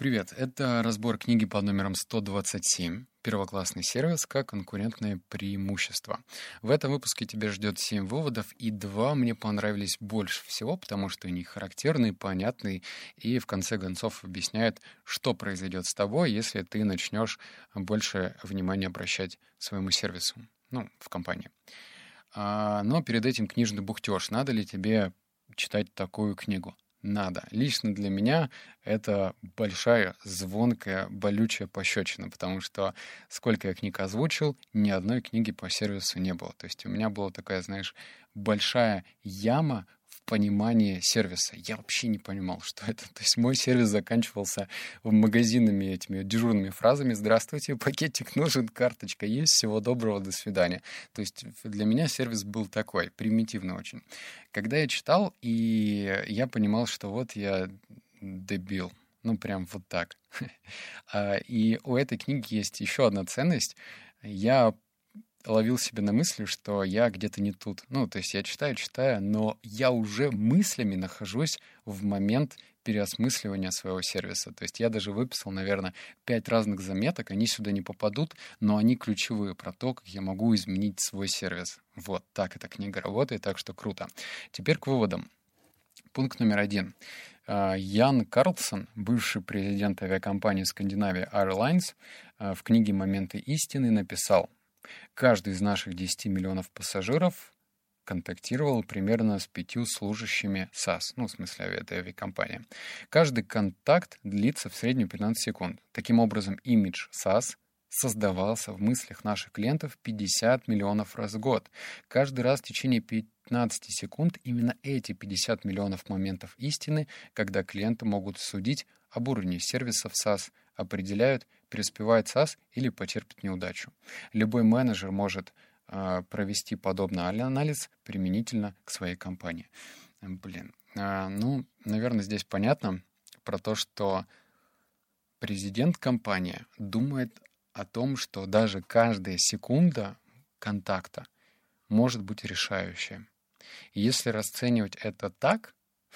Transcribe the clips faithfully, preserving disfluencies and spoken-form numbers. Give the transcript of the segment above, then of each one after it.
Привет, это разбор книги под номером сто двадцать семь «Первоклассный сервис как конкурентное преимущество». В этом выпуске тебя ждет семь выводов, и два мне понравились больше всего, потому что они характерные, понятные и в конце концов объясняют, что произойдет с тобой, если ты начнешь больше внимания обращать своему сервису, ну, в компании. А, но перед этим книжный бухтеж. Надо ли тебе читать такую книгу? Надо. Лично для меня это большая, звонкая, болючая пощечина, потому что сколько я книг озвучил, ни одной книги по сервису не было. То есть у меня была такая, знаешь, большая яма в понимании сервиса. Я вообще не понимал, что это. То есть мой сервис заканчивался магазинными этими дежурными фразами: «Здравствуйте, пакетик нужен, карточка есть, всего доброго, до свидания». То есть для меня сервис был такой, примитивный очень. Когда я читал, и я понимал, что вот я дебил. Ну, прям вот так. А, И у этой книги есть еще одна ценность. Я ловил себя на мысли, что я где-то не тут. Ну, то есть я читаю, читаю, но я уже мыслями нахожусь в момент переосмысливания своего сервиса. То есть я даже выписал, наверное, пять разных заметок, они сюда не попадут, но они ключевые про то, как я могу изменить свой сервис. Вот так эта книга работает, так что круто. Теперь к выводам. Пункт номер один. А, Ян Карлсон, бывший президент авиакомпании Scandinavia Airlines, а, в книге «Моменты истины» написал: «Каждый из наших десяти миллионов пассажиров контактировал примерно с пятью служащими САС», ну, в смысле, ави- это авиакомпания. «Каждый контакт длится в среднем пятнадцать секунд. Таким образом, имидж САС создавался в мыслях наших клиентов пятьдесят миллионов раз в год. Каждый раз в течение пятнадцати секунд именно эти пятьдесят миллионов моментов истины, когда клиенты могут судить об уровне сервисов САС, определяют, преуспевает САС или потерпит неудачу. Любой менеджер может а, провести подобный анализ применительно к своей компании». Блин, а, ну, наверное, здесь понятно про то, что президент компании думает о том, что даже каждая секунда контакта может быть решающая. И если расценивать это так,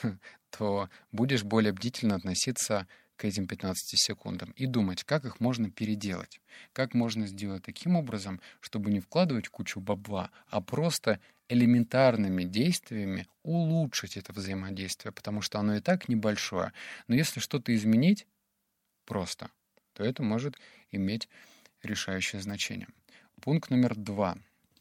то будешь более бдительно относиться к этим пятнадцати секундам и думать, как их можно переделать, как можно сделать таким образом, чтобы не вкладывать кучу бабла, а просто элементарными действиями улучшить это взаимодействие, потому что оно и так небольшое. Но если что-то изменить просто, то это может иметь решающее значение. Пункт номер два.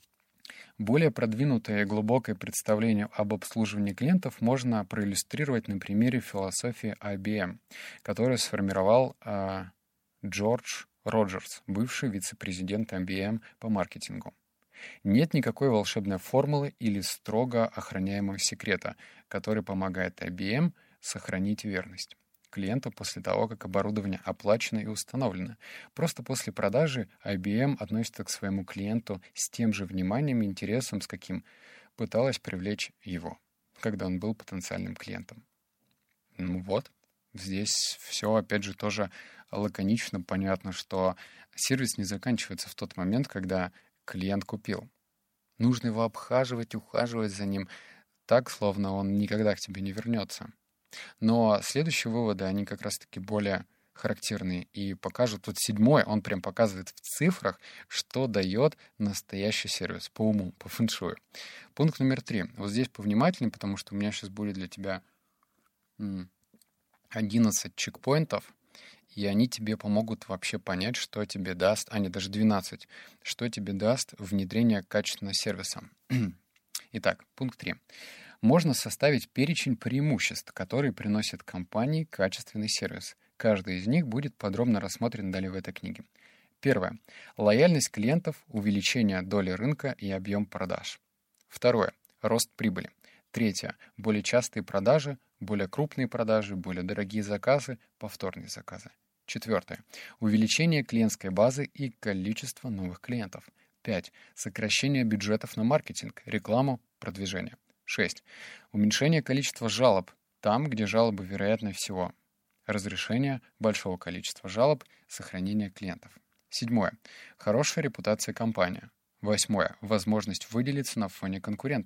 Более продвинутое и глубокое представление об обслуживании клиентов можно проиллюстрировать на примере философии ай би эм, которую сформировал э, Джордж Роджерс, бывший вице-президент ай би эм по маркетингу. Нет никакой волшебной формулы или строго охраняемого секрета, который помогает ай би эм сохранить верность клиенту после того, как оборудование оплачено и установлено. Просто после продажи ай би эм относится к своему клиенту с тем же вниманием и интересом, с каким пыталась привлечь его, когда он был потенциальным клиентом. Ну вот, здесь все, опять же, тоже лаконично, понятно, что сервис не заканчивается в тот момент, когда клиент купил. Нужно его обхаживать, ухаживать за ним так, словно он никогда к тебе не вернется. Но следующие выводы, они как раз-таки более характерные и покажут. Вот седьмой, он прям показывает в цифрах, что дает настоящий сервис по уму, по фэншую. Пункт номер три. Вот здесь повнимательнее, потому что у меня сейчас будет для тебя одиннадцать чекпоинтов, и они тебе помогут вообще понять, что тебе даст, а не даже двенадцать, что тебе даст внедрение качественного сервиса. Итак, пункт три. Можно составить перечень преимуществ, которые приносят компании качественный сервис. Каждый из них будет подробно рассмотрен далее в этой книге. Первое. Лояльность клиентов, увеличение доли рынка и объем продаж. Второе. Рост прибыли. Третье. Более частые продажи, более крупные продажи, более дорогие заказы, повторные заказы. Четвертое. Увеличение клиентской базы и количество новых клиентов. Пять. Сокращение бюджетов на маркетинг, рекламу, продвижение. Шесть. Уменьшение количества жалоб там, где жалобы вероятны всего. Разрешение большого количества жалоб, сохранение клиентов. Седьмое. Хорошая репутация компании. Восьмое. Возможность выделиться на фоне конкурентов.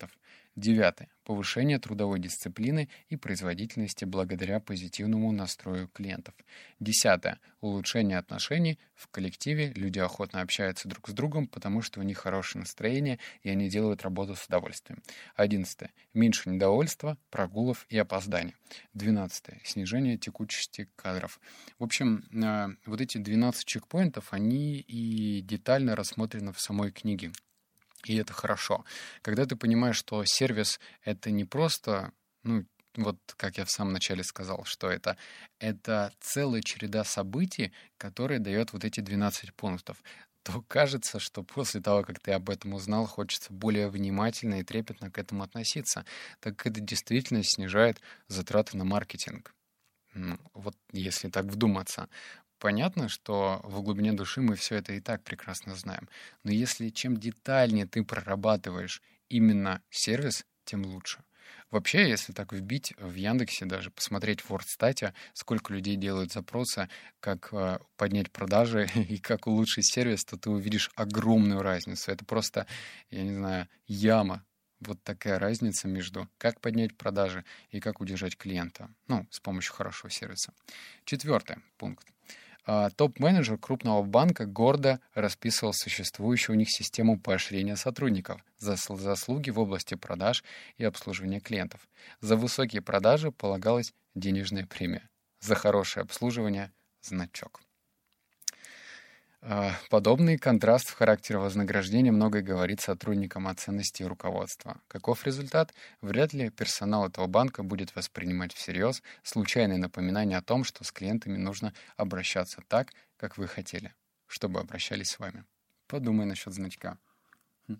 Девятое. Повышение трудовой дисциплины и производительности благодаря позитивному настрою клиентов. Десятое. Улучшение отношений в коллективе. Люди охотно общаются друг с другом, потому что у них хорошее настроение, и они делают работу с удовольствием. Одиннадцатое. Меньше недовольства, прогулов и опозданий. Двенадцатое. Снижение текучести кадров. В общем, э, вот эти двенадцать чекпоинтов, они и детально рассмотрены в самой книге. И это хорошо. Когда ты понимаешь, что сервис — это не просто, ну, вот как я в самом начале сказал, что это, это целая череда событий, которая дает вот эти двенадцать пунктов, то кажется, что после того, как ты об этом узнал, хочется более внимательно и трепетно к этому относиться, так как это действительно снижает затраты на маркетинг. Ну, вот если так вдуматься. Понятно, что в глубине души мы все это и так прекрасно знаем. Но если чем детальнее ты прорабатываешь именно сервис, тем лучше. Вообще, если так вбить в Яндексе, даже посмотреть в Вордстате, сколько людей делают запросы, как э, поднять продажи и как улучшить сервис, то ты увидишь огромную разницу. Это просто, я не знаю, яма. Вот такая разница между как поднять продажи и как удержать клиента. Ну, с помощью хорошего сервиса. Четвертый пункт. А, Топ-менеджер крупного банка гордо расписывал существующую у них систему поощрения сотрудников за сл- заслуги в области продаж и обслуживания клиентов. За высокие продажи полагалась денежная премия. За хорошее обслуживание — значок. А, Подобный контраст в характере вознаграждения многое говорит сотрудникам о ценности руководства. Каков результат? Вряд ли персонал этого банка будет воспринимать всерьез случайное напоминание о том, что с клиентами нужно обращаться так, как вы хотели, чтобы обращались с вами. Подумай насчет значка. Хм.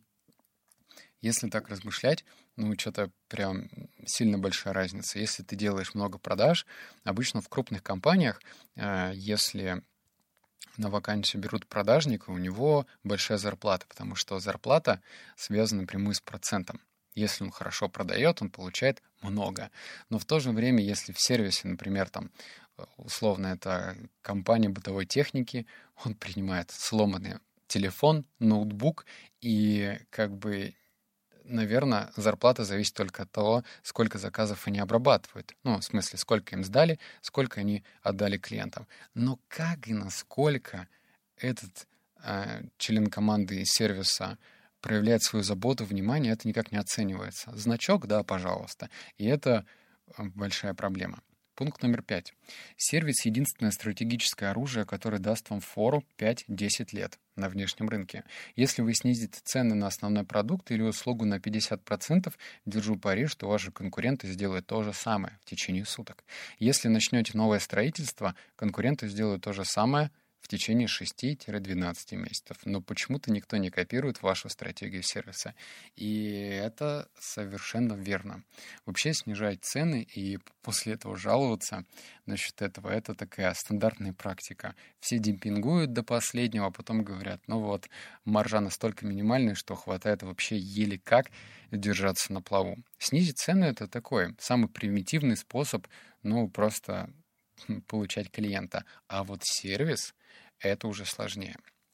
Если так размышлять, ну, что-то прям сильно большая разница. Если ты делаешь много продаж, обычно в крупных компаниях, э, если на вакансию берут продажника, у него большая зарплата, потому что зарплата связана напрямую с процентом. Если он хорошо продает, он получает много. Но в то же время, если в сервисе, например, там, э, условно, это компания бытовой техники, он принимает сломанный телефон, ноутбук, и как бы, наверное, зарплата зависит только от того, сколько заказов они обрабатывают. Ну, в смысле, сколько им сдали, сколько они отдали клиентам. Но как и насколько этот э, член команды из сервиса проявляет свою заботу, внимание, это никак не оценивается. Значок, да, пожалуйста. И это э, большая проблема. Пункт номер пять. Сервис — единственное стратегическое оружие, которое даст вам фору пять-десять лет на внешнем рынке. Если вы снизите цены на основной продукт или услугу на пятьдесят процентов, держу пари, что ваши конкуренты сделают то же самое в течение суток. Если начнете новое строительство, конкуренты сделают то же самое в течение шести-двенадцати месяцев. Но почему-то никто не копирует вашу стратегию сервиса. И это совершенно верно. Вообще снижать цены и после этого жаловаться насчет этого — это такая стандартная практика. Все демпингуют до последнего, а потом говорят, ну вот, маржа настолько минимальная, что хватает вообще еле как держаться на плаву. Снизить цены — это такой самый примитивный способ, ну, просто получать клиента. А вот сервис — это уже сложнее.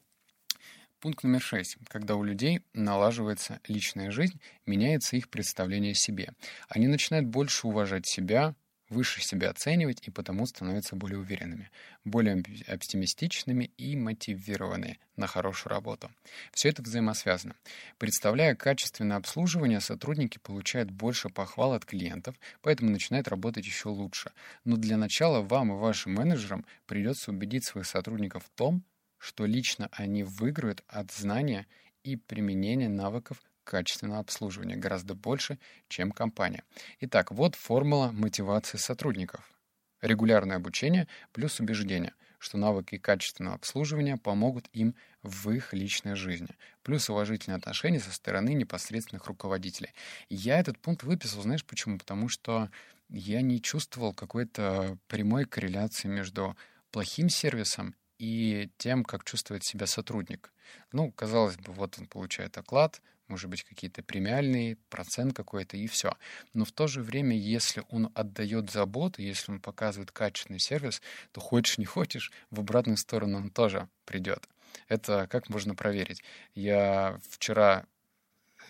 Пункт номер шесть. Когда у людей налаживается личная жизнь, меняется их представление о себе. Они начинают больше уважать себя, выше себя оценивать и потому становятся более уверенными, более оптимистичными и мотивированными на хорошую работу. Все это взаимосвязано. Представляя качественное обслуживание, сотрудники получают больше похвал от клиентов, поэтому начинают работать еще лучше. Но для начала вам и вашим менеджерам придется убедить своих сотрудников в том, что лично они выиграют от знания и применения навыков качественного обслуживания гораздо больше, чем компания. Итак, вот формула мотивации сотрудников. Регулярное обучение плюс убеждение, что навыки качественного обслуживания помогут им в их личной жизни, плюс уважительные отношения со стороны непосредственных руководителей. Я этот пункт выписал, знаешь почему? Потому что я не чувствовал какой-то прямой корреляции между плохим сервисом и тем, как чувствует себя сотрудник. Ну, казалось бы, вот он получает оклад, может быть, какие-то премиальные, процент какой-то, и все. Но в то же время, если он отдает заботу, если он показывает качественный сервис, то хочешь не хочешь, в обратную сторону он тоже придет. Это как можно проверить? Я вчера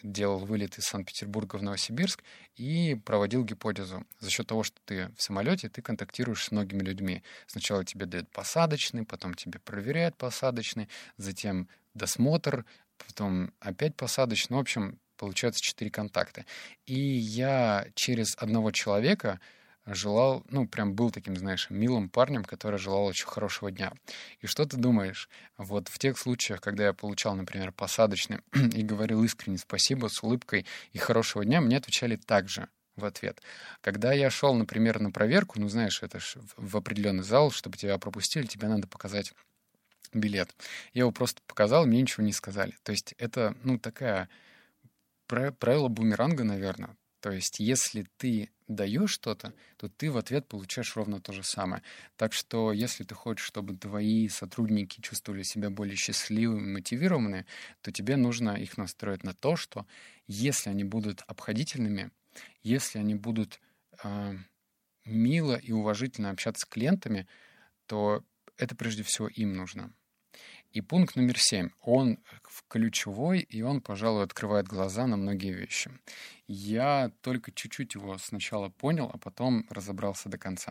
делал вылет из Санкт-Петербурга в Новосибирск и проводил гипотезу. За счет того, что ты в самолете, ты контактируешь с многими людьми. Сначала тебе дают посадочный, потом тебе проверяют посадочный, затем досмотр, потом опять посадочный. В общем, получается четыре контакта. И я через одного человека желал, ну, прям был таким, знаешь, милым парнем, который желал очень хорошего дня. И что ты думаешь? Вот в тех случаях, когда я получал, например, посадочный и говорил искренне спасибо с улыбкой и хорошего дня, мне отвечали так же в ответ. Когда я шел, например, на проверку, ну, знаешь, это ж в определенный зал, чтобы тебя пропустили, тебе надо показать билет. Я его просто показал, мне ничего не сказали. То есть это, ну, такая правило бумеранга, наверное. То есть если ты даешь что-то, то ты в ответ получаешь ровно то же самое. Так что если ты хочешь, чтобы твои сотрудники чувствовали себя более счастливыми, мотивированными, то тебе нужно их настроить на то, что если они будут обходительными, если они будут э, мило и уважительно общаться с клиентами, то это прежде всего им нужно. И пункт номер семь. Он ключевой, и он, пожалуй, открывает глаза на многие вещи. Я только чуть-чуть его сначала понял, а потом разобрался до конца.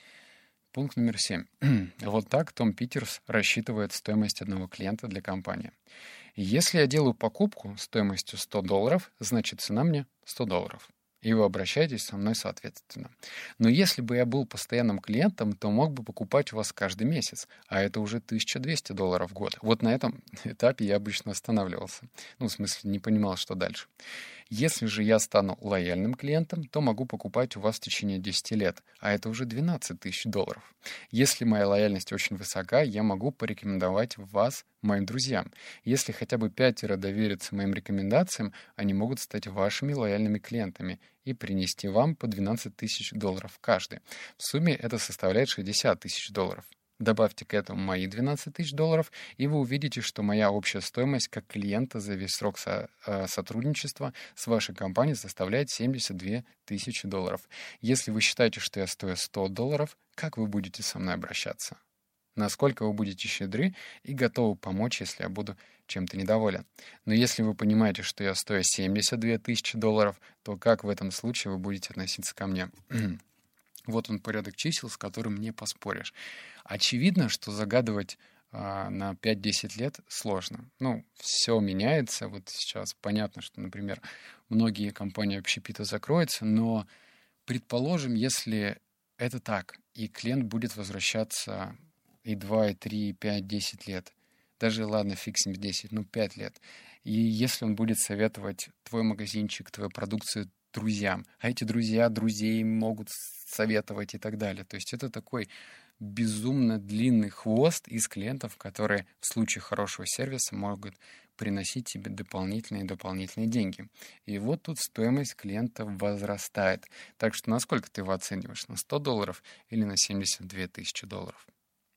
Пункт номер семь. Вот так Том Питерс рассчитывает стоимость одного клиента для компании. Если я делаю покупку стоимостью сто долларов, значит цена мне сто долларов. И вы обращаетесь со мной соответственно. Но если бы я был постоянным клиентом, то мог бы покупать у вас каждый месяц, а это уже тысяча двести долларов в год. Вот на этом этапе я обычно останавливался. Ну, в смысле, не понимал, что дальше. Если же я стану лояльным клиентом, то могу покупать у вас в течение десяти лет, а это уже двенадцать тысяч долларов. Если моя лояльность очень высока, я могу порекомендовать вас моим друзьям. Если хотя бы пятеро доверятся моим рекомендациям, они могут стать вашими лояльными клиентами и принести вам по двенадцать тысяч долларов каждый. В сумме это составляет шестьдесят тысяч долларов. Добавьте к этому мои двенадцать тысяч долларов, и вы увидите, что моя общая стоимость как клиента за весь срок со, э, сотрудничества с вашей компанией составляет семьдесят две тысячи долларов. Если вы считаете, что я стою сто долларов, как вы будете со мной обращаться? Насколько вы будете щедры и готовы помочь, если я буду чем-то недоволен. Но если вы понимаете, что я стою семьдесят две тысячи долларов, то как в этом случае вы будете относиться ко мне? Вот он порядок чисел, с которым не поспоришь. Очевидно, что загадывать а, на пять-десять лет сложно. Ну, все меняется. Вот сейчас понятно, что, например, многие компании общепита закроются, но предположим, если это так, и клиент будет возвращаться и два, и три, и пять, десять лет. Даже, ладно, фиг с ним десять, ну пять лет. И если он будет советовать твой магазинчик, твою продукцию друзьям, а эти друзья друзей могут советовать и так далее. То есть это такой безумно длинный хвост из клиентов, которые в случае хорошего сервиса могут приносить тебе дополнительные и дополнительные деньги. И вот тут стоимость клиента возрастает. Так что насколько ты его оцениваешь? На сто долларов или на семьдесят две тысячи долларов?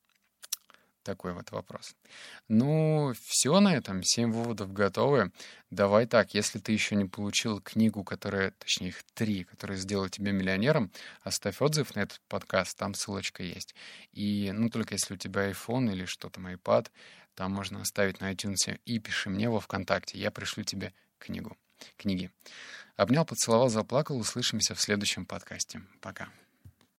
Такой вот вопрос. Ну, все на этом. Семь выводов готовы. Давай так, если ты еще не получил книгу, которая, точнее их три, которые сделают тебя миллионером, оставь отзыв на этот подкаст, там ссылочка есть. И, ну, только если у тебя iPhone или что там, iPad, там можно оставить на iTunes и пиши мне во ВКонтакте, я пришлю тебе книгу, книги. Обнял, поцеловал, заплакал. Услышимся в следующем подкасте. Пока.